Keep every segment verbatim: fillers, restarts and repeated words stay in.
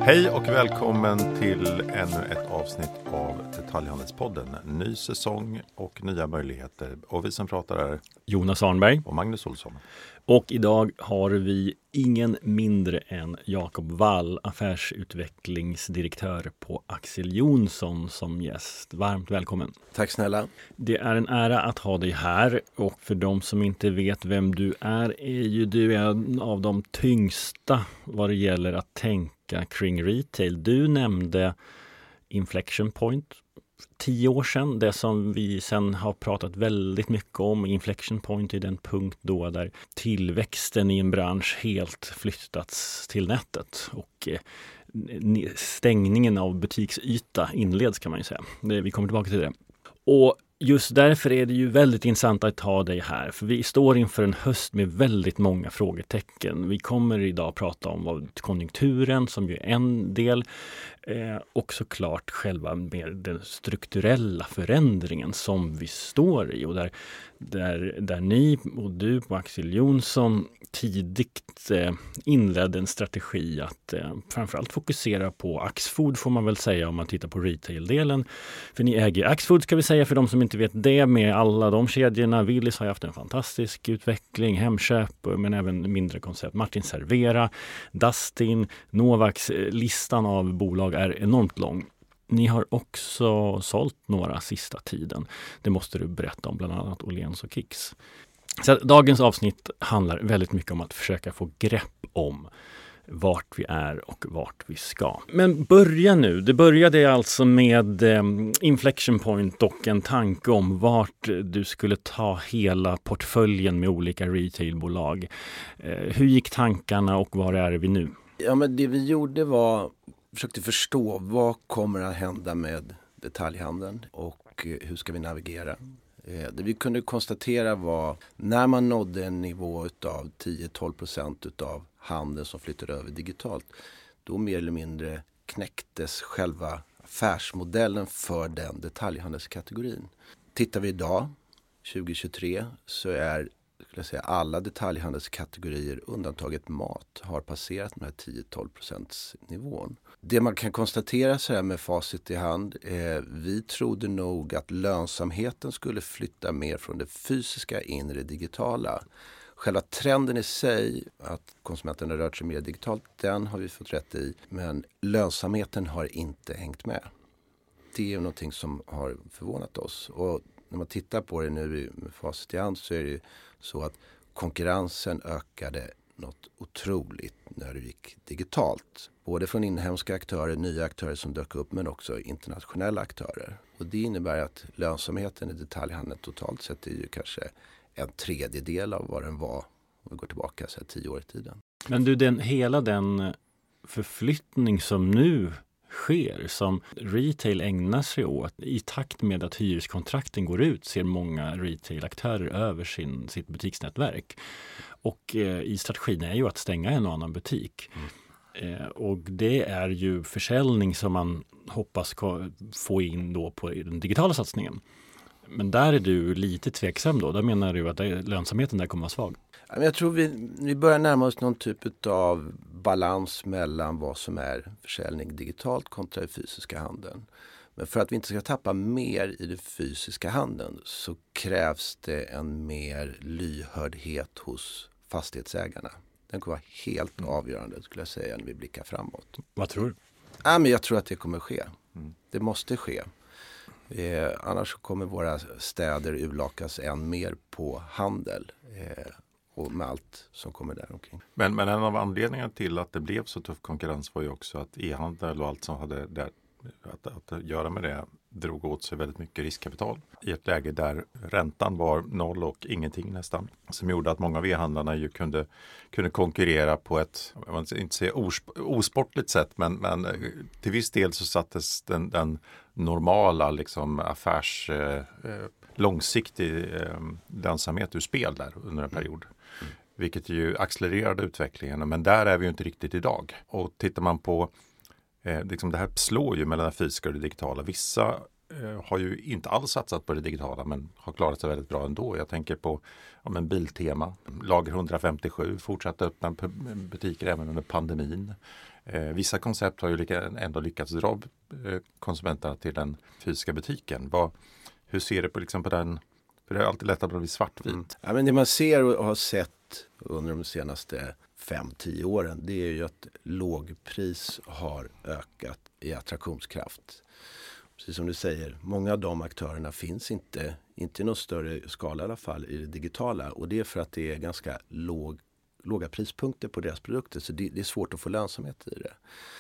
Hej och välkommen till ännu ett avsnitt av Detaljhandelspodden. Ny säsong och nya möjligheter. Och vi som pratar är Jonas Arnberg och Magnus Olsson. Och idag har vi ingen mindre än Jakob Wall, affärsutvecklingsdirektör på Axel Johnson, som gäst. Varmt välkommen. Tack snälla. Det är en ära att ha dig här, och för de som inte vet vem du är, är ju du en av de tyngsta vad det gäller att tänka kring retail. Du nämnde Inflection Point tio år sedan, det som vi sen har pratat väldigt mycket om. Inflection Point är den punkt då där tillväxten i en bransch helt flyttats till nätet och eh, stängningen av butiksyta inleds, kan man ju säga. Det, vi kommer tillbaka till det. Och just därför är det ju väldigt intressant att ha dig här, för vi står inför en höst med väldigt många frågetecken. Vi kommer idag prata om vad konjunkturen, som ju är en del, eh, och såklart själva mer den strukturella förändringen som vi står i, och där, där, där ni och du på Axel Johnson tidigt eh, inledde en strategi att eh, framförallt fokusera på Axfood, får man väl säga om man tittar på retail-delen. För ni äger Axfood, ska vi säga, för de som inte vet det, med alla de kedjorna. Willys har haft en fantastisk utveckling, Hemköp, men även mindre koncept. Martin Servera, Dustin, Novax, listan av bolag är enormt lång. Ni har också sålt några sista tiden. Det måste du berätta om, bland annat Åhléns och Kicks. Så dagens avsnitt handlar väldigt mycket om att försöka få grepp om vart vi är och vart vi ska. Men börja nu. Det började alltså med eh, Inflection Point och en tanke om vart du skulle ta hela portföljen med olika retailbolag. Eh, hur gick tankarna och var är vi nu? Ja, men det vi gjorde var försökte förstå vad kommer att hända med detaljhandeln och hur ska vi navigera. Det vi kunde konstatera var när man nådde en nivå av tio till tolv procent av handeln som flyttade över digitalt, då mer eller mindre knäcktes själva affärsmodellen för den detaljhandelskategorin. Tittar vi idag, tjugo tjugotre, så är skulle jag säga, alla detaljhandelskategorier undantaget mat har passerat den här tio till tolv procents nivån. Det man kan konstatera så här med facit i hand, eh, vi trodde nog att lönsamheten skulle flytta mer från det fysiska in i det digitala. Själva trenden i sig, att konsumenterna rört sig mer digitalt, den har vi fått rätt i. Men lönsamheten har inte hängt med. Det är någonting som har förvånat oss. Och när man tittar på det nu med facit i hand så är det så att konkurrensen ökade något otroligt när det gick digitalt. Både från inhemska aktörer, nya aktörer som dök upp, men också internationella aktörer. Och det innebär att lönsamheten i detaljhandeln totalt sett är ju kanske en tredjedel av vad den var om vi går tillbaka så här tio år i tiden. Men du, den, hela den förflyttning som nu sker, som retail ägnar sig åt, i takt med att hyreskontrakten går ut, ser många retailaktörer över sin, sitt butiksnätverk. Och eh, i strategin är ju att stänga en och annan butik. Mm. Eh, och det är ju försäljning som man hoppas ko- få in då på den digitala satsningen. Men där är du lite tveksam då. Där menar du att det, lönsamheten där kommer vara svag. Jag tror vi, vi börjar närma oss någon typ av balans mellan vad som är försäljning digitalt kontra den fysiska handeln. Men för att vi inte ska tappa mer i den fysiska handeln så krävs det en mer lyhördhet hos fastighetsägarna. Den kommer vara helt mm. avgörande, skulle jag säga, när vi blickar framåt. Vad tror du? Ja, men jag tror att det kommer ske. Mm. Det måste ske. Eh, annars kommer våra städer urlakas än mer på handel. Eh, och med allt som kommer där omkring. Men, men en av anledningarna till att det blev så tuff konkurrens var ju också att e-handel och allt som hade där, att, att göra med det drog åt sig väldigt mycket riskkapital i ett läge där räntan var noll och ingenting nästan. Som gjorde att många av e-handlarna ju kunde, kunde konkurrera på ett, jag vill inte säga osp- osportligt sätt, men, men till viss del så sattes den, den normala liksom affärs eh, långsiktig eh, lönsamhet ur spel där under en period. Mm. Vilket ju accelererade utvecklingen, men där är vi ju inte riktigt idag. Och tittar man på, eh, liksom det här slår ju mellan det fysiska och det digitala. Vissa eh, har ju inte alls satsat på det digitala men har klarat sig väldigt bra ändå. Jag tänker på ja, men Biltema, Lager hundrafemtiosju, fortsatte öppna butiker även under pandemin. Eh, vissa koncept har ju lika, ändå lyckats dra eh, konsumenterna till den fysiska butiken. Vad, hur ser du på, liksom, på den? För det är alltid lätt att bli svartvit. Mm. Ja, men det man ser och har sett under de senaste fem till tio åren, det är ju att lågpris har ökat i attraktionskraft. Precis som du säger, många av de aktörerna finns inte, inte i någon större skala i alla fall i det digitala. Och det är för att det är ganska låg, låga prispunkter på deras produkter, så det, det är svårt att få lönsamhet i det.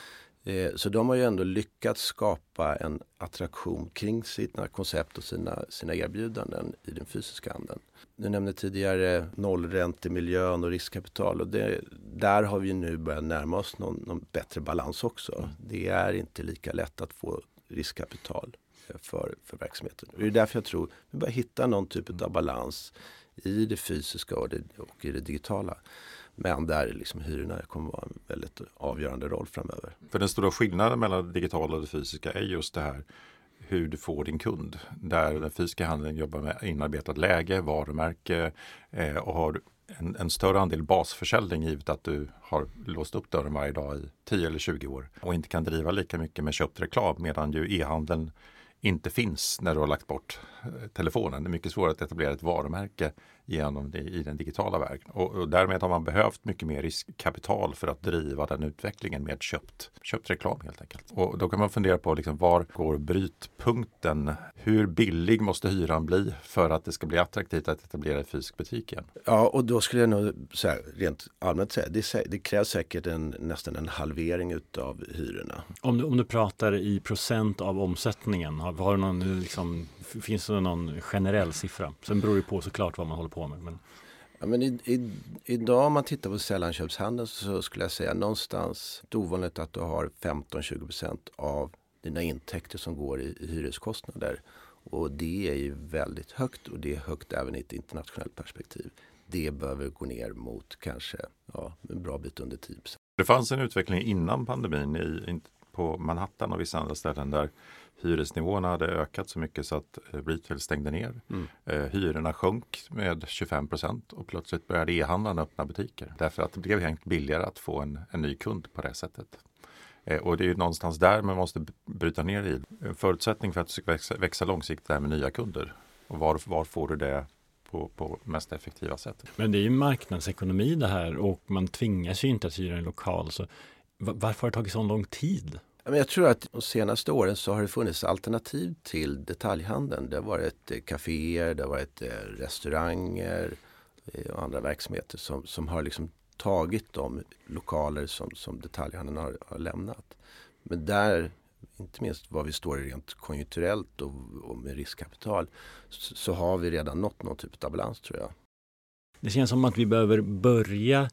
Eh, så de har ju ändå lyckats skapa en attraktion kring sina koncept och sina, sina erbjudanden i den fysiska handeln. Du nämnde tidigare nollräntemiljön och riskkapital, och det, där har vi nu börjat närma oss någon, någon bättre balans också. Mm. Det är inte lika lätt att få riskkapital för, för verksamheten. Och det är därför jag tror vi bör hitta någon typ av balans i det fysiska och, det, och i det digitala. Men där liksom hyrorna kommer att vara en väldigt avgörande roll framöver. För den stora skillnaden mellan det digitala och det fysiska är just det här hur du får din kund. Där den fysiska handeln jobbar med inarbetat läge, varumärke eh, och har en, en större andel basförsäljning givet att du har låst upp dörren varje dag i tio eller tjugo år och inte kan driva lika mycket med köpt reklam, medan ju e-handeln inte finns när du har lagt bort telefonen. Det är mycket svårare att etablera ett varumärke genom det i den digitala världen. Och, och därmed har man behövt mycket mer riskkapital för att driva den utvecklingen med köpt, köpt reklam helt enkelt. Och då kan man fundera på liksom, var går brytpunkten? Hur billig måste hyran bli för att det ska bli attraktivt att etablera en fysisk butik igen? Ja, och då skulle jag nog så här, rent allmänt säga, det, det krävs säkert en, nästan en halvering utav hyrorna. Om du, om du pratar i procent av omsättningen, har, har du någon, liksom, finns det någon generell siffra? Sen beror det på såklart vad man håller på med. Men... Ja, men i, i, idag om man tittar på sällanköpshandeln så skulle jag säga någonstans det är ovanligt att du har femton till tjugo procent av dina intäkter som går i, i hyreskostnader. Och det är ju väldigt högt, och det är högt även i ett internationellt perspektiv. Det behöver gå ner mot kanske ja, en bra bit under tio procent. Det fanns en utveckling innan pandemin i, på Manhattan och vissa andra ställen där hyresnivåerna hade ökat så mycket så att retail stängde ner. Mm. Eh, hyrorna sjönk med tjugofem procent och plötsligt började e-handlarna öppna butiker. Därför att det blev helt billigare att få en, en ny kund på det sättet. Eh, och det är ju någonstans där man måste bryta ner i. En förutsättning för att det ska växa, växa långsiktigt är med nya kunder. Och var, var får du det på, på mest effektiva sätt? Men det är ju marknadsekonomi det här, och man tvingas ju inte att hyra en lokal. Så varför har det tagit så lång tid? Jag tror att de senaste åren så har det funnits alternativ till detaljhandeln. Det har varit kaféer, det har varit restauranger och andra verksamheter som, som har liksom tagit de lokaler som, som detaljhandeln har, har lämnat. Men där, inte minst vad vi står i rent konjunkturellt och, och med riskkapital, så, så har vi redan nått någon typ av balans, tror jag. Det känns som att vi behöver börja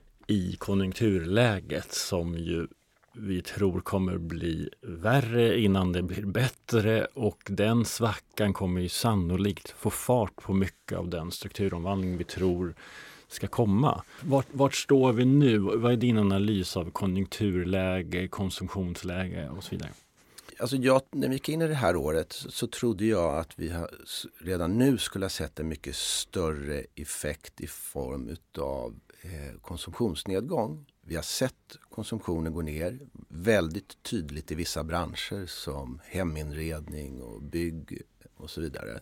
i konjunkturläget som ju vi tror kommer bli värre innan det blir bättre, och den svackan kommer ju sannolikt få fart på mycket av den strukturomvandling vi tror ska komma. Vart, vart står vi nu? Vad är din analys av konjunkturläge, konsumtionsläge och så vidare? Alltså jag, när vi gick in i det här året så, så trodde jag att vi har, redan nu skulle ha sett en mycket större effekt i form av eh, konsumtionsnedgång. Vi har sett konsumtionen gå ner väldigt tydligt i vissa branscher som heminredning och bygg och så vidare.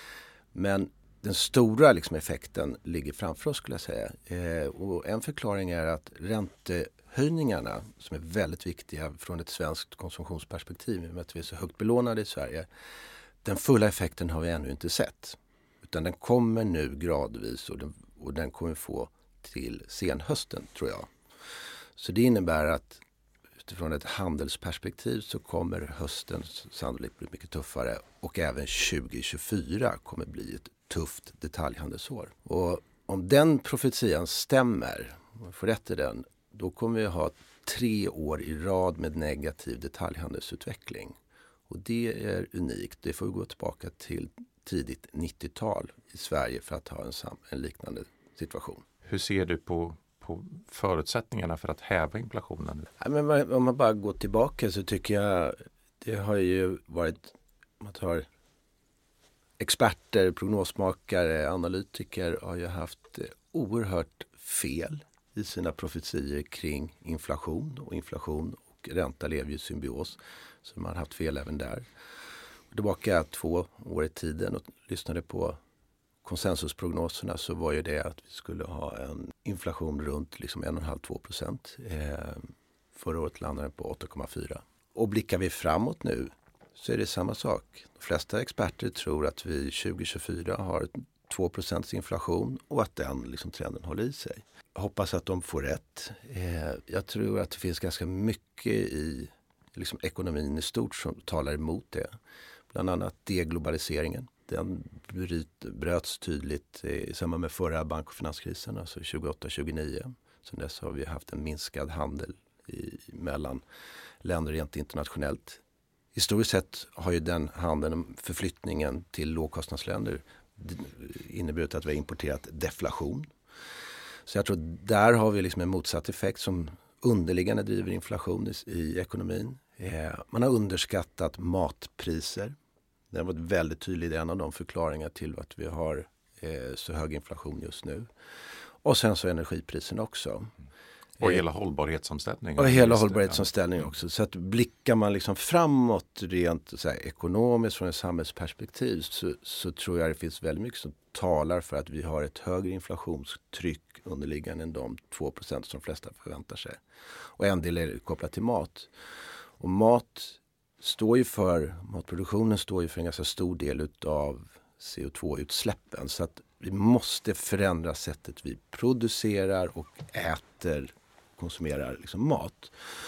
Men den stora liksom, effekten ligger framför oss, skulle jag säga. Eh, och en förklaring är att räntehöjningarna, som är väldigt viktiga från ett svenskt konsumtionsperspektiv, i och med att vi är så högt belånade i Sverige, den fulla effekten har vi ännu inte sett. Utan den kommer nu gradvis, och den, och den kommer få till senhösten, tror jag. Så det innebär att utifrån ett handelsperspektiv så kommer hösten sannolikt bli mycket tuffare, och även tjugo tjugofyra kommer bli ett tufft detaljhandelsår. Och om den profetian stämmer, om vi får rätt i den, då kommer vi ha tre år i rad med negativ detaljhandelsutveckling. Och det är unikt. Det får vi gå tillbaka till tidigt nittiotal i Sverige för att ha en, sam- en liknande situation. Hur ser du på på förutsättningarna för att häva inflationen? Ja, men om man bara går tillbaka så tycker jag det har ju varit, om man tar experter, prognosmakare, analytiker har ju haft oerhört fel i sina profetier kring inflation. Och inflation och ränta lever ju i symbios. Så man har haft fel även där. Tillbaka två år i tiden och lyssnade på konsensusprognoserna, så var ju det att vi skulle ha en inflation runt liksom en komma fem till två procent. Eh, förra året landade den på åtta komma fyra. Och blickar vi framåt nu så är det samma sak. De flesta experter tror att vi tjugo tjugofyra har två procent inflation och att den liksom, trenden håller i sig. Jag hoppas att de får rätt. Eh, jag tror att det finns ganska mycket i liksom, ekonomin i stort som talar emot det. Bland annat deglobaliseringen. Den bryt, bröts tydligt i samband med förra bank- och finanskrisen, alltså tjugoåtta tjugonio. Sen dess har vi haft en minskad handel i, mellan länder rent internationellt. Historiskt sett har ju den handeln, förflyttningen till lågkostnadsländer inneburit att vi har importerat deflation. Så jag tror där har vi liksom en motsatt effekt som underliggande driver inflation i, i ekonomin. Eh, man har underskattat matpriser. Det har varit väldigt tydligt, en av de förklaringar till att vi har eh, så hög inflation just nu. Och sen så energipriserna också. Och hela hållbarhetsomställningen. Och hela hållbarhetsomställningen också. Så att blickar man liksom framåt rent så här, ekonomiskt från ett samhällsperspektiv så, så tror jag det finns väldigt mycket som talar för att vi har ett högre inflationstryck underliggande än de två procent som de flesta förväntar sig. Och en del är kopplat till mat. Och mat står ju för, matproduktionen står ju för en ganska stor del av C O två-utsläppen. Så att vi måste förändra sättet vi producerar och äter, konsumerar liksom mat.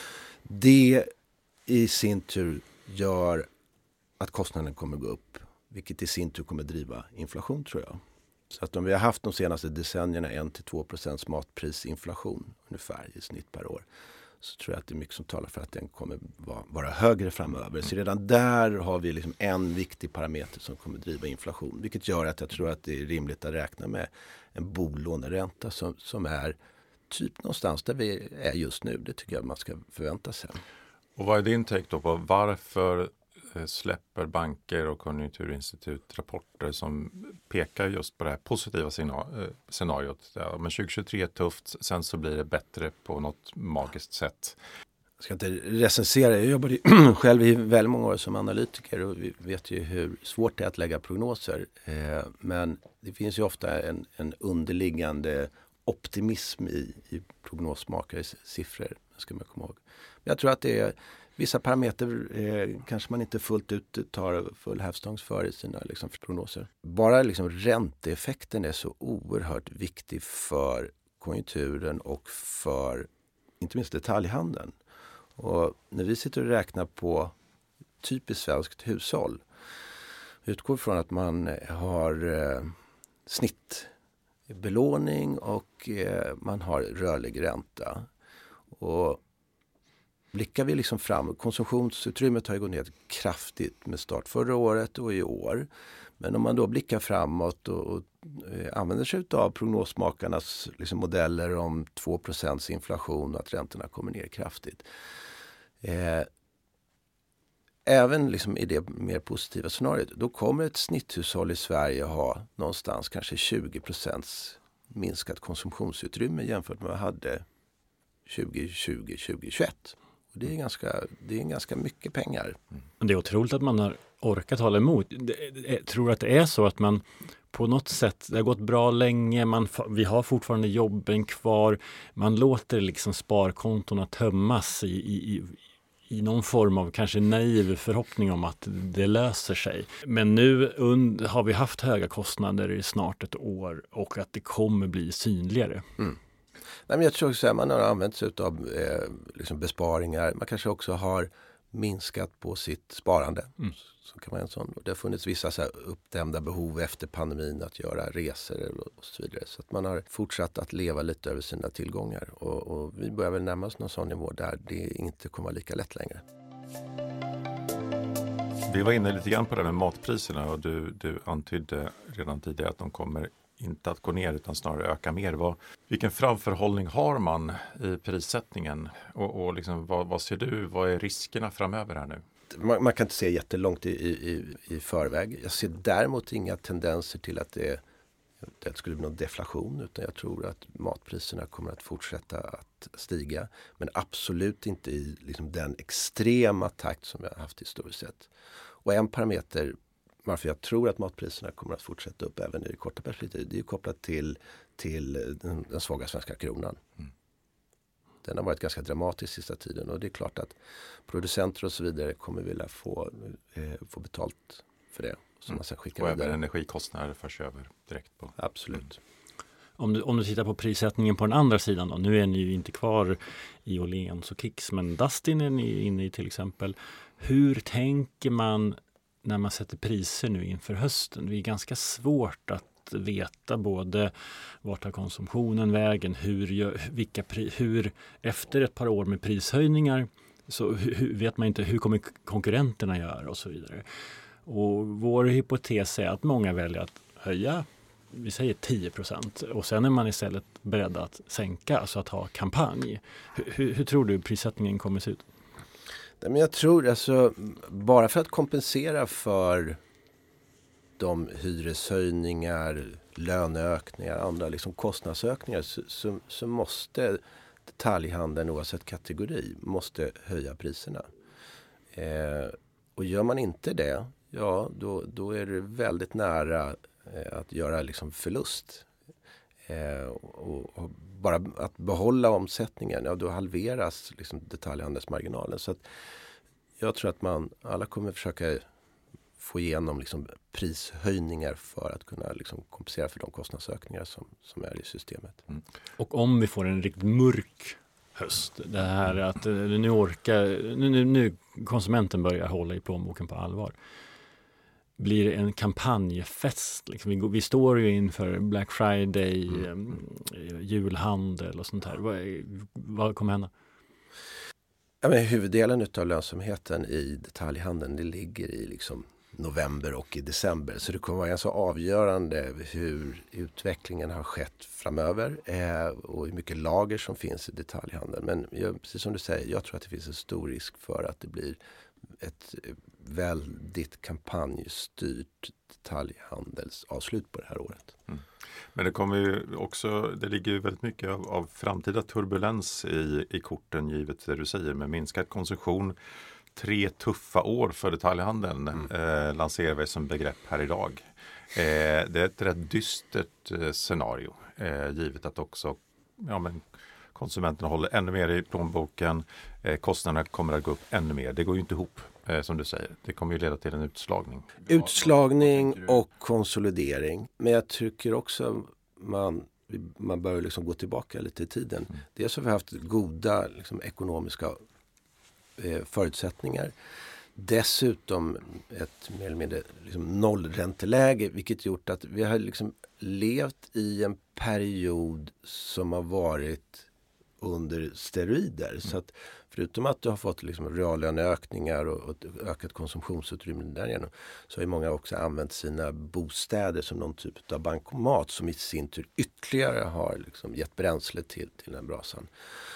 Det i sin tur gör att kostnaden kommer gå upp. Vilket i sin tur kommer driva inflation, tror jag. Så att om vi har haft de senaste decennierna en till två procent matprisinflation ungefär i snitt per år, så tror jag att det är mycket som talar för att den kommer vara, vara högre framöver. Så redan där har vi liksom en viktig parameter som kommer driva inflation. Vilket gör att jag tror att det är rimligt att räkna med en bolåneränta som, som är typ någonstans där vi är just nu. Det tycker jag man ska förvänta sig. Och vad är din take då på varför släpper banker och konjunkturinstitut rapporter som pekar just på det här positiva scenariot? Ja, men tjugo tjugotre är tufft, sen så blir det bättre på något magiskt sätt. Jag ska inte recensera, jag jobbade själv i väldigt många år som analytiker och vi vet ju hur svårt det är att lägga prognoser. Men det finns ju ofta en, en underliggande optimism i, i prognosmakares siffror, ska man komma ihåg. Men jag tror att det är vissa parametrar eh, kanske man inte fullt ut tar full hävstångs för i sina liksom, prognoser. Bara liksom, ränteeffekten är så oerhört viktig för konjunkturen och för inte minst detaljhandeln. Och när vi sitter och räknar på typiskt svenskt hushåll, utgår från att man har eh, snittbelåning och eh, man har rörlig ränta. Och blickar vi liksom fram, konsumtionsutrymmet har ju gått ner kraftigt med start förra året och i år. Men om man då blickar framåt och, och eh, använder sig av prognosmakarnas liksom, modeller om två procent inflation och att räntorna kommer ner kraftigt. Eh, även liksom, i det mer positiva scenariot, då kommer ett snitthushåll i Sverige ha någonstans kanske tjugo procent minskat konsumtionsutrymme jämfört med vad man hade tjugo tjugo till tjugo tjugoett. Det är ganska, det är ganska mycket pengar. Det är otroligt att man har orkat hålla emot. Jag tror att det är så att man på något sätt, det har gått bra länge, man, vi har fortfarande jobben kvar, man låter liksom sparkontona tömmas i, i, i någon form av kanske naiv förhoppning om att det löser sig. Men nu und, har vi haft höga kostnader i snart ett år och att det kommer bli synligare. Mm. Nej, men jag tror också att man har använt sig av eh, liksom besparingar. Man kanske också har minskat på sitt sparande. Mm. Så kan man en sån. Det har funnits vissa så här uppdämda behov efter pandemin att göra resor och så vidare. Så att man har fortsatt att leva lite över sina tillgångar. Och, och vi börjar väl närma oss någon sån nivå där det inte kommer vara lika lätt längre. Vi var inne lite grann på det med matpriserna och du, du antydde redan tidigare att de kommer inte att gå ner utan snarare öka mer. Vad, vilken framförhållning har man i prissättningen? Och, och liksom, vad, vad ser du? Vad är riskerna framöver här nu? Man, man kan inte se jättelångt i, i, i förväg. Jag ser däremot inga tendenser till att det det skulle bli någon deflation, utan jag tror att matpriserna kommer att fortsätta att stiga. Men absolut inte i liksom den extrema takt som vi har haft historiskt sett. Och en parameter varför jag tror att matpriserna kommer att fortsätta upp även i det korta perspektivet, det är kopplat till, till den, den svaga svenska kronan. Mm. Den har varit ganska dramatisk sista tiden och det är klart att producenter och så vidare kommer vilja få, eh, få betalt för det. Så mm. man sen skickar och vidare. även energikostnader förs över direkt på. Absolut. Mm. Om du, om du tittar på prissättningen på den andra sidan då. Nu är ni ju inte kvar i Åhléns och Kicks, men Dustin är ni inne i till exempel. Hur tänker man när man sätter priser nu inför hösten? Det är ganska svårt att veta både vart tar konsumtionen vägen, hur, vilka pri, hur efter ett par år med prishöjningar så hur, vet man inte hur kommer konkurrenterna göra och så vidare. Och vår hypotes är att många väljer att höja, vi säger tio procent, och sen är man istället beredd att sänka, alltså att ha kampanj. Hur, hur, hur tror du prissättningen kommer se ut? Men jag tror alltså, bara för att kompensera för de hyreshöjningar, löneökningar, andra liksom kostnadsökningar så, så, så måste detaljhandeln oavsett kategori måste höja priserna. Eh, och gör man inte det, ja då, då är det väldigt nära eh, att göra liksom förlust. Eh, och, och bara att behålla omsättningen, ja då halveras liksom detaljhandelsmarginalen. Så att jag tror att man alla kommer försöka få igenom liksom prishöjningar för att kunna liksom kompensera för de kostnadsökningar som, som är i systemet. Mm. Och om vi får en riktigt mörk höst, det här att nu orkar nu, nu, nu konsumenten börjar hålla i plånboken på allvar. Blir det en kampanjfest? Liksom vi, vi står ju inför Black Friday, mm. julhandel och sånt här. Vad, vad kommer hända? Ja, men huvuddelen av lönsamheten i detaljhandeln det ligger i liksom november och i december. Så det kommer vara ganska avgörande hur utvecklingen har skett framöver eh, och hur mycket lager som finns i detaljhandeln. Men jag, precis som du säger, jag tror att det finns en stor risk för att det blir ett väldigt kampanjstyrt detaljhandelsavslut på det här året. Mm. Men det kommer ju också, det ligger ju väldigt mycket av, av framtida turbulens i, i korten givet det du säger med minskad konsumtion. Tre tuffa år för detaljhandeln mm. eh, lanserar vi som begrepp här idag. Eh, det är ett rätt dystert eh, scenario eh, givet att också ja, men konsumenterna håller ännu mer i plånboken. Eh, kostnaderna kommer att gå upp ännu mer. Det går ju inte ihop eh, som du säger. Det kommer ju leda till en utslagning. Utslagning och konsolidering. Men jag tycker också man, man bör liksom gå tillbaka lite i tiden. Mm. Dels har vi haft goda liksom, ekonomiska eh, förutsättningar. Dessutom ett mer eller mindre liksom, nollränteläge, vilket gjort att vi har liksom levt i en period som har varit under steroider. Mm. Så att förutom att du har fått liksom reallöneökningar och, och ökat konsumtionsutrymme därigenom, så har många också använt sina bostäder som någon typ av bankomat som i sin tur ytterligare har liksom gett bränsle till, till den brasan.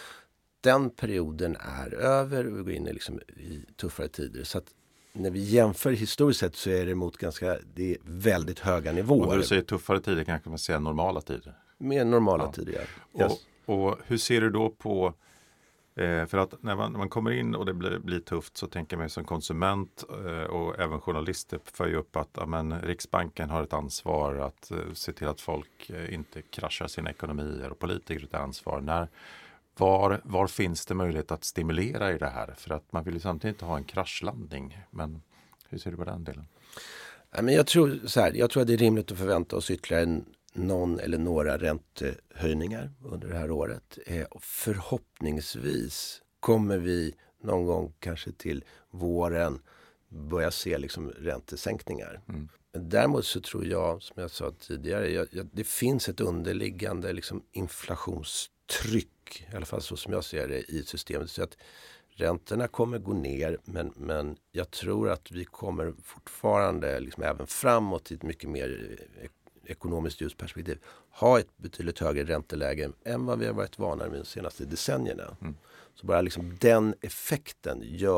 Den perioden är över och vi går in i, liksom, i tuffare tider. Så att när vi jämför historiskt sett så är det mot ganska, det är väldigt höga nivåer. Och när du säger tuffare tider kanske man säger normala tider. Mer normala ja. tider, ja. Yes. Och, och hur ser du då på, eh, för att när man, när man kommer in och det blir, blir tufft så tänker man som konsument eh, och även journalister för ju upp att amen, Riksbanken har ett ansvar att eh, se till att folk eh, inte kraschar sina ekonomier och politiker har ett ansvar. När, var, var finns det möjlighet att stimulera i det här? För att man vill ju samtidigt inte ha en kraschlandning. Men hur ser du på den delen? Ja, men jag, tror, så här, jag tror att det är rimligt att förvänta oss ytterligare en någon eller några räntehöjningar under det här året. Eh, och förhoppningsvis kommer vi någon gång kanske till våren börja se liksom räntesänkningar. Mm. Men däremot så tror jag, som jag sa tidigare, jag, jag, det finns ett underliggande liksom inflationstryck, i alla fall så som jag ser det i systemet. Så att räntorna kommer gå ner, men, men jag tror att vi kommer fortfarande liksom även framåt i ett mycket mer ekonomiskt ljusperspektiv ha ett betydligt högre ränteläge än vad vi har varit vana med de senaste decennierna. Mm. Så bara liksom den effekten gör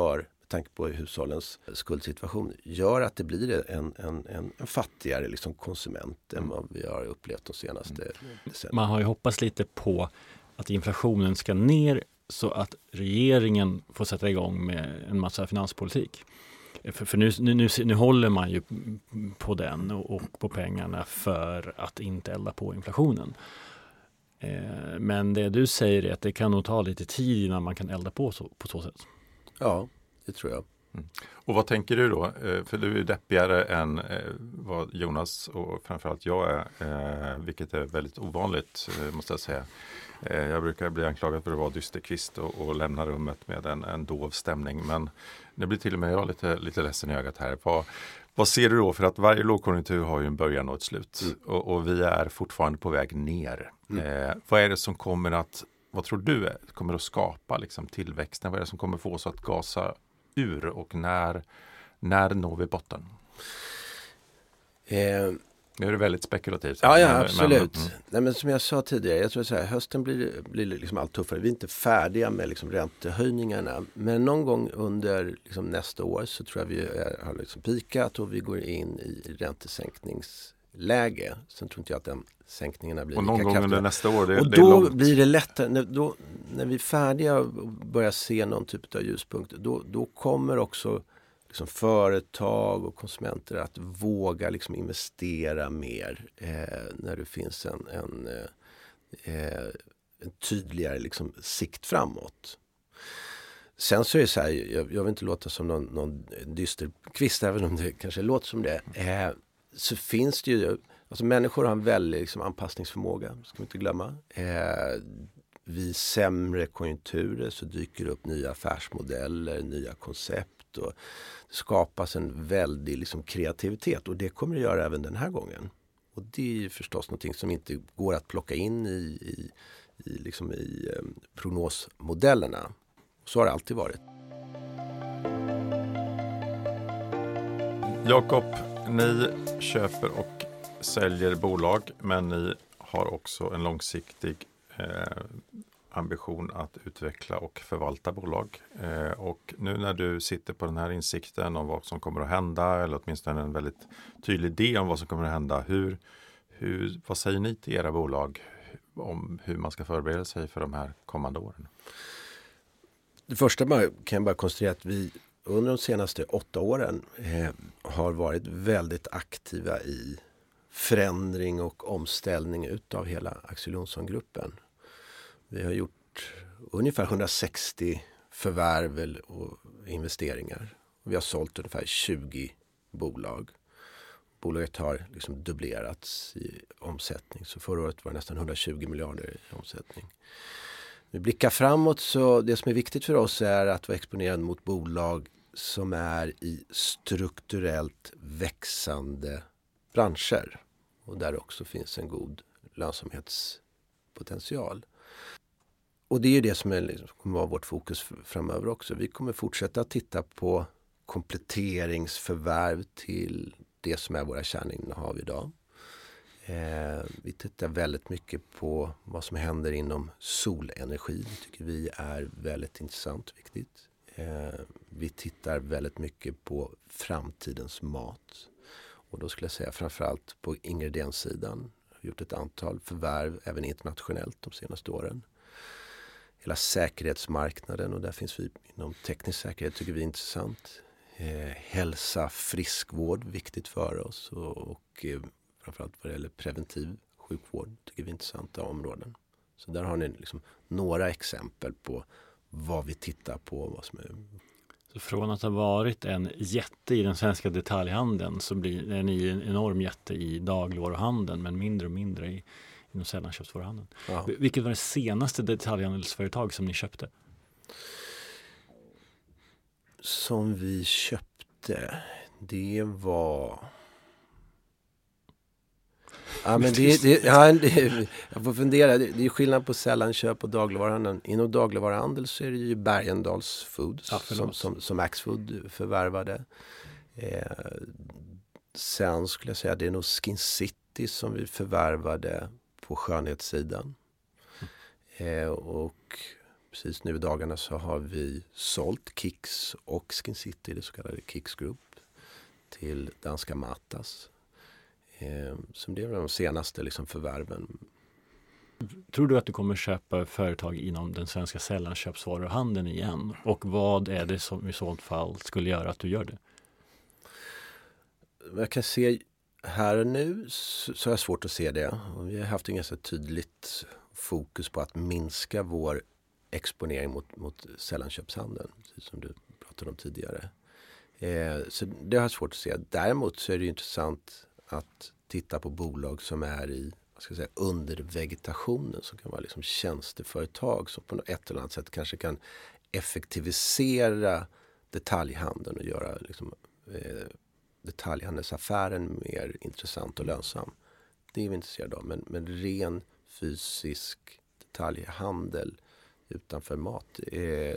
tanke på hushållens skuldsituation, gör att det blir en, en, en, en fattigare liksom konsument än vad vi har upplevt de senaste decennierna. Man har ju hoppats lite på att inflationen ska ner så att regeringen får sätta igång med en massa finanspolitik. För, för nu, nu, nu, nu håller man ju på den och, och på pengarna för att inte elda på inflationen. Eh, men det du säger är att det kan nog ta lite tid innan man kan elda på så, på så sätt. Ja, det tror jag. Mm. Och vad tänker du då? För du är deppigare än eh, vad Jonas och framförallt jag är, eh, vilket är väldigt ovanligt eh, måste jag säga. Eh, jag brukar bli anklagad för att vara dysterkvist och, och lämna rummet med en, en dov stämning, men det blir till och med jag lite, lite ledsen i ögat här. Vad, vad ser du då? För att varje lågkonjunktur har ju en början och ett slut mm. och, och vi är fortfarande på väg ner. Mm. Eh, vad är det som kommer att, vad tror du är, kommer att skapa liksom, tillväxten? Vad är det som kommer få oss att gasa ur och när, när når vi botten? Eh, nu är det väldigt spekulativt. Ja, ja men, absolut. Men, mm. Nej, men som jag sa tidigare, jag tror så här, hösten blir, blir liksom allt tuffare. Vi är inte färdiga med liksom räntehöjningarna. Men någon gång under liksom nästa år så tror jag vi är, har liksom pikat och vi går in i räntesänkningsläge. Sen tror inte jag att den sänkningarna blir och lika någon gång kraftiga. under nästa år, det, och det är då långt. Blir det lättare, när, då, när vi är färdiga och börjar se någon typ av ljuspunkt, då, då kommer också liksom företag och konsumenter att våga liksom investera mer eh, när det finns en, en, eh, en tydligare liksom sikt framåt. Sen så är det så här, jag, jag vill inte låta som någon, någon dyster kvist, även om det kanske låter som det. Eh, så finns det ju, alltså människor har en väldig liksom anpassningsförmåga, ska vi inte glömma. Eh, vid sämre konjunkturer så dyker det upp nya affärsmodeller, nya koncept och det skapas en väldig liksom kreativitet och det kommer det göra även den här gången. Och det är förstås någonting som inte går att plocka in i, i, i, liksom i eh, prognosmodellerna. Så har det alltid varit. Jakob, ni köper och säljer bolag, men ni har också en långsiktig eh, ambition att utveckla och förvalta bolag. Eh, och nu när du sitter på den här insikten om vad som kommer att hända, eller åtminstone en väldigt tydlig idé om vad som kommer att hända, hur, hur, vad säger ni till era bolag om hur man ska förbereda sig för de här kommande åren? Det första kan jag bara konstatera att vi under de senaste åtta åren eh, har varit väldigt aktiva i förändring och omställning utav hela Axel Johnson-gruppen. Vi har gjort ungefär hundrasextio förvärv och investeringar. Vi har sålt ungefär tjugo bolag. Bolaget har liksom dubblerats i omsättning. Så förra året var det nästan hundratjugo miljarder i omsättning. Vi blickar framåt, så det som är viktigt för oss är att vara exponerad mot bolag som är i strukturellt växande branscher. Och där också finns en god lönsamhetspotential. Och det är ju det som är, liksom, kommer vara vårt fokus framöver också. Vi kommer fortsätta att titta på kompletteringsförvärv till det som är våra kärninnehav idag. Eh, vi tittar väldigt mycket på vad som händer inom solenergi. Det tycker vi är väldigt intressant och viktigt. Eh, vi tittar väldigt mycket på framtidens mat. Och då skulle jag säga framförallt på ingredienssidan. Vi har gjort ett antal förvärv även internationellt de senaste åren. Hela säkerhetsmarknaden, och där finns vi inom teknisk säkerhet, tycker vi är intressant. Eh, hälsa, friskvård, viktigt för oss. Och, och eh, framförallt vad det gäller preventiv sjukvård tycker vi är intressanta områden. Så där har ni liksom några exempel på vad vi tittar på. Vad som är... Så från att ha varit en jätte i den svenska detaljhandeln så blir är ni en enorm jätte i dagligvaruhandeln, men mindre och mindre i inom sällanköpsvaruhandeln. Ja. Vilket var det senaste detaljhandelsföretag som ni köpte? Som vi köpte, det var... Ja, men det, det, ja, det, jag får fundera. Det, det är skillnad på sällanköp och dagligvaruhandeln. Inom dagligvaruhandel så är det ju Bergendahls Food ja, som, som, som Axfood förvärvade. Eh, sen skulle jag säga att det är nog Skin City som vi förvärvade på skönhetssidan. Eh, och precis nu i dagarna så har vi sålt Kicks och Skin City, det så kallade Kicks Group, till danska Matas. Eh, som det är de senaste liksom förvärven. Tror du att du kommer köpa företag inom den svenska sällanköpsvaruhandeln igen? Och vad är det som i så fall skulle göra att du gör det? Jag kan se här och nu så, så är det svårt att se det. Och vi har haft en ganska tydligt fokus på att minska vår exponering mot, mot sällanköpshandeln, precis som du pratade om tidigare. Eh, så det har jag svårt att se. Däremot så är det intressant att titta på bolag som är i vad ska jag säga, under vegetationen, som kan vara liksom tjänsteföretag som på ett eller annat sätt kanske kan effektivisera detaljhandeln och göra liksom, eh, detaljhandelsaffären mer intressant och lönsam. Det är vi intresserade av. Men, men ren fysisk detaljhandel utanför mat, eh,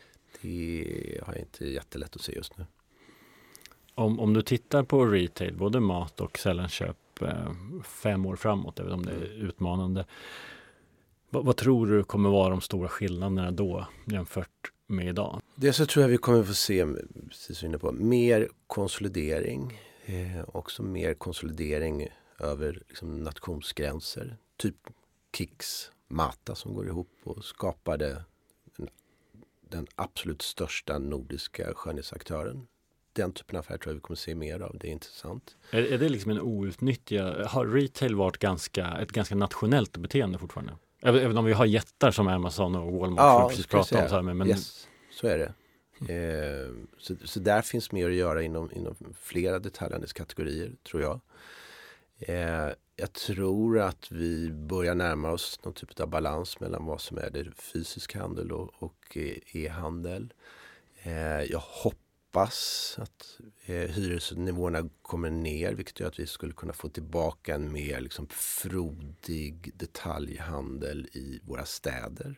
det har jag inte jättelätt att se just nu. Om, om du tittar på retail, både mat och sällanköp eh, fem år framåt, även om det är utmanande. Va, vad tror du kommer vara de stora skillnaderna då jämfört med idag? Det så tror jag vi kommer få se, precis som inne på, mer konsolidering. Eh, också mer konsolidering över liksom, nationsgränser. Typ Kicks, Mata som går ihop och skapade en, den absolut största nordiska skönhetsaktören. Den typen av affär tror jag vi kommer se mer av. Det är intressant. Är, är det liksom en outnyttjad... Har retail varit ganska, ett ganska nationellt beteende fortfarande? Även, även om vi har jättar som Amazon och Walmart ja, som precis pratade om. Så här, men, yes, så är det. Mm. Eh, så, så där finns mer att göra inom, inom flera detaljhandelskategorier, tror jag. Eh, jag tror att vi börjar närma oss någon typ av balans mellan vad som är det fysisk handel och, och e-handel. Eh, jag hoppas att eh, hyresnivåerna kommer ner, vilket gör att vi skulle kunna få tillbaka en mer liksom, frodig detaljhandel i våra städer.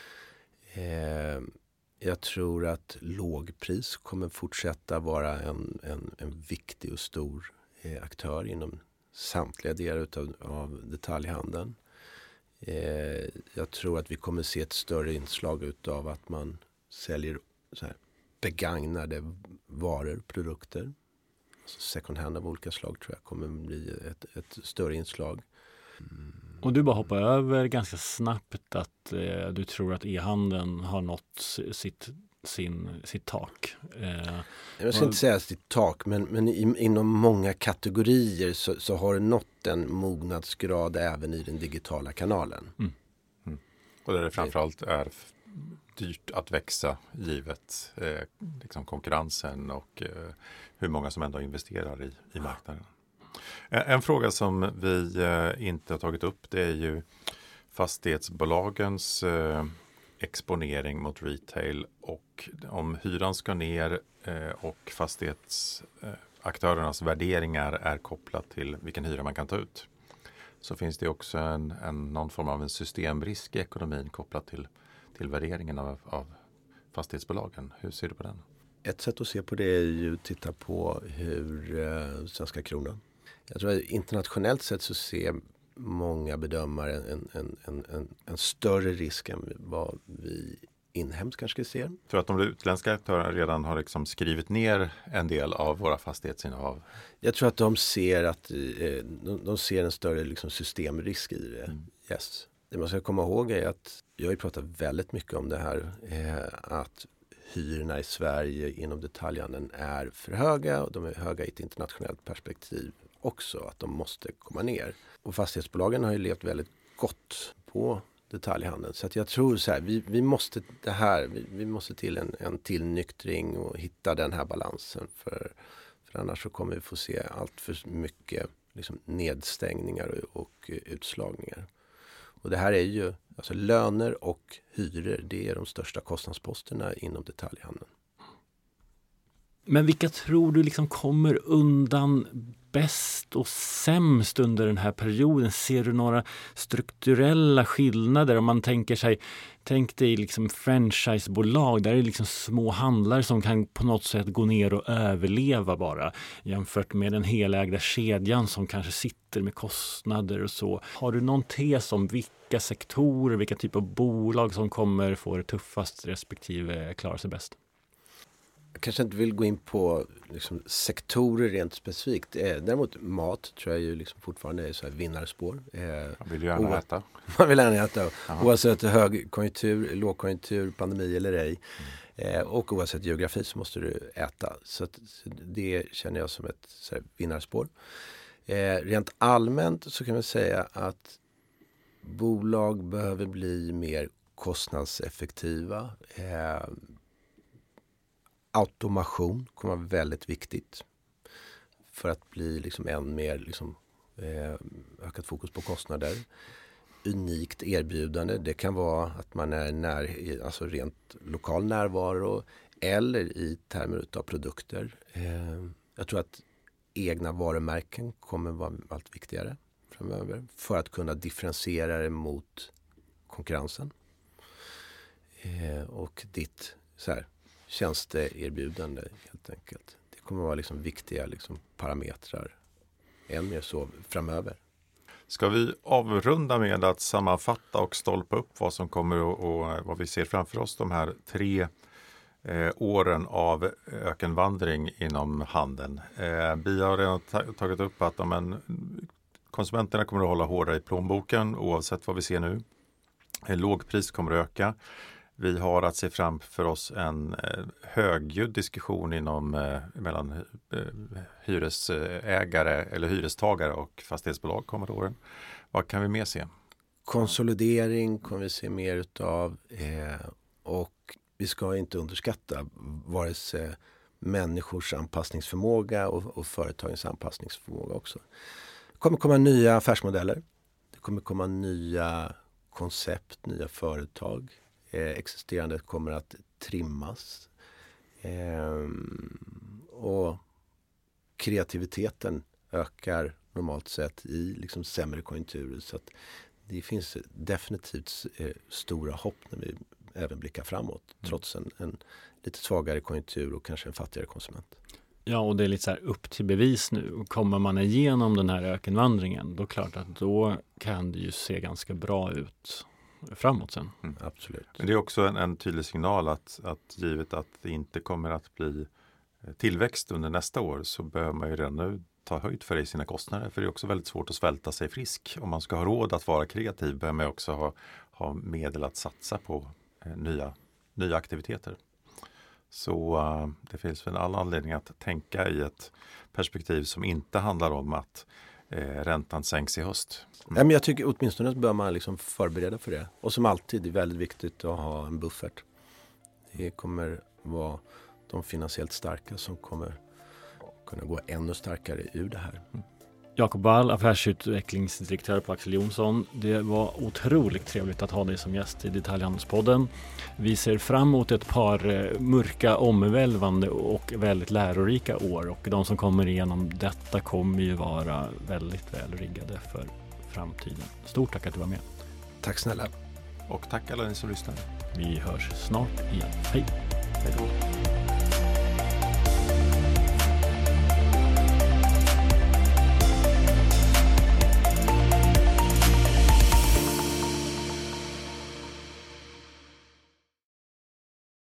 Eh, jag tror att lågpris kommer fortsätta vara en, en, en viktig och stor eh, aktör inom samtliga delar utav, av detaljhandeln. Eh, jag tror att vi kommer se ett större inslag utav att man säljer så här, begagnade varor, produkter. Alltså second hand av olika slag tror jag kommer bli ett, ett större inslag. Mm. Och du bara hoppar över ganska snabbt att eh, du tror att e-handeln har nått sitt, sin, sitt tak. Eh, jag ska och... inte säga sitt tak, men, men i, inom många kategorier så, så har det nått en mognadsgrad även i den digitala kanalen. Mm. Mm. Och där det framförallt är dyrt att växa givet eh, liksom konkurrensen och eh, hur många som ändå investerar i, i marknaden. En, en fråga som vi eh, inte har tagit upp, det är ju fastighetsbolagens eh, exponering mot retail, och om hyran ska ner eh, och fastighetsaktörernas eh, värderingar är kopplat till vilken hyra man kan ta ut, så finns det också en, en, någon form av en systemrisk i ekonomin kopplat till till värderingen av, av fastighetsbolagen. Hur ser du på den? Ett sätt att se på det är ju att titta på hur eh, svenska kronan. Jag tror att internationellt sett så ser många bedömare en, en, en, en, en större risk än vad vi inhemskt kanske ser. Tror att de utländska aktörerna redan har liksom skrivit ner en del av våra fastighetsinnehav? Jag tror att de ser att eh, de, de ser en större liksom, systemrisk i det. Mm. Yes. Det man ska komma ihåg är att jag har ju pratat väldigt mycket om det här, eh, att hyrorna i Sverige inom detaljhandeln är för höga, och de är höga i ett internationellt perspektiv också, att de måste komma ner. Och fastighetsbolagen har ju levt väldigt gott på detaljhandeln, så att jag tror så här, vi, vi måste det här, vi, vi måste till en, en tillnyktring och hitta den här balansen, för, för annars så kommer vi få se allt för mycket liksom, nedstängningar och, och utslagningar. Och det här är ju, alltså löner och hyror, det är de största kostnadsposterna inom detaljhandeln. Men vilka tror du liksom kommer undan bäst och sämst under den här perioden? Ser du några strukturella skillnader? Om man tänker sig, tänk dig liksom franchisebolag, där är det liksom små handlare som kan på något sätt gå ner och överleva bara, jämfört med den helägda kedjan som kanske sitter med kostnader och så. Har du någon tes om vilka sektorer, vilka typer av bolag som kommer få det tuffast respektive klara sig bäst? Jag kanske inte vill gå in på liksom, sektorer rent specifikt. Eh, däremot mat tror jag ju liksom fortfarande är så här vinnarspår. Eh, man vill ju gärna o- äta. Man vill gärna äta. Aha. Oavsett högkonjunktur, lågkonjunktur, pandemi eller ej. Eh, och oavsett geografi så måste du äta. Så, att, så det känner jag som ett så här, vinnarspår. Eh, rent allmänt så kan man säga att bolag behöver bli mer kostnadseffektiva. Eh, Automation kommer vara väldigt viktigt för att bli liksom än mer liksom, eh, ökat fokus på kostnader. Unikt erbjudande, det kan vara att man är när, alltså rent lokal närvaro eller i termer av produkter. Eh, jag tror att egna varumärken kommer vara allt viktigare framöver för att kunna differentiera det mot konkurrensen. Eh, och ditt så här, tjänsteerbjudande helt enkelt. Det kommer vara liksom viktiga liksom parametrar än mer så framöver. Ska vi avrunda med att sammanfatta och stolpa upp vad som kommer och, och vad vi ser framför oss de här tre eh, åren av ökenvandring inom handeln. Eh, vi har redan ta- tagit upp att om en, konsumenterna kommer att hålla hårdare i plånboken oavsett vad vi ser nu. En lågpris kommer att öka. Vi har att se framför oss en eh, högljudd diskussion inom, eh, mellan eh, hyresägare eller hyrestagare och fastighetsbolag kommande åren. Vad kan vi mer se? Konsolidering kommer vi se mer utav eh, och vi ska inte underskatta vare sig människors anpassningsförmåga och, och företagens anpassningsförmåga också. Det kommer komma nya affärsmodeller. Det kommer komma nya koncept, nya företag. Eh, existerande kommer att trimmas. Eh, och kreativiteten ökar normalt sett i liksom sämre konjunkturer. Så att det finns definitivt eh, stora hopp när vi även blickar framåt. Mm. Trots en, en lite svagare konjunktur och kanske en fattigare konsument. Ja, och det är lite så här upp till bevis nu. Kommer man igenom den här ökenvandringen, då klart att då kan det ju se ganska bra ut framåt sen. Mm, absolut. Men det är också en, en tydlig signal att, att givet att det inte kommer att bli tillväxt under nästa år, så behöver man ju redan nu ta höjd för det i sina kostnader. För det är också väldigt svårt att svälta sig frisk. Om man ska ha råd att vara kreativ behöver man också ha, ha medel att satsa på eh, nya, nya aktiviteter. Så uh, det finns väl all anledning att tänka i ett perspektiv som inte handlar om att eh, räntan sänks i höst. Mm. Ja, men jag tycker åtminstone bör man liksom förbereda för det. Och som alltid är det väldigt viktigt att ha en buffert. Det kommer vara de finansiellt starka som kommer kunna gå ännu starkare ur det här. Mm. Jakob Wall, affärsutvecklingsdirektör på Axel Jonsson. Det var otroligt trevligt att ha dig som gäst i Detaljhandelspodden. Vi ser fram emot ett par mörka, omvälvande och väldigt lärorika år. Och de som kommer igenom detta kommer ju vara väldigt väl riggade för framtiden. Stort tack att du var med. Tack snälla. Och tack alla ni som lyssnar. Vi hörs snart igen. Hej! Hej då!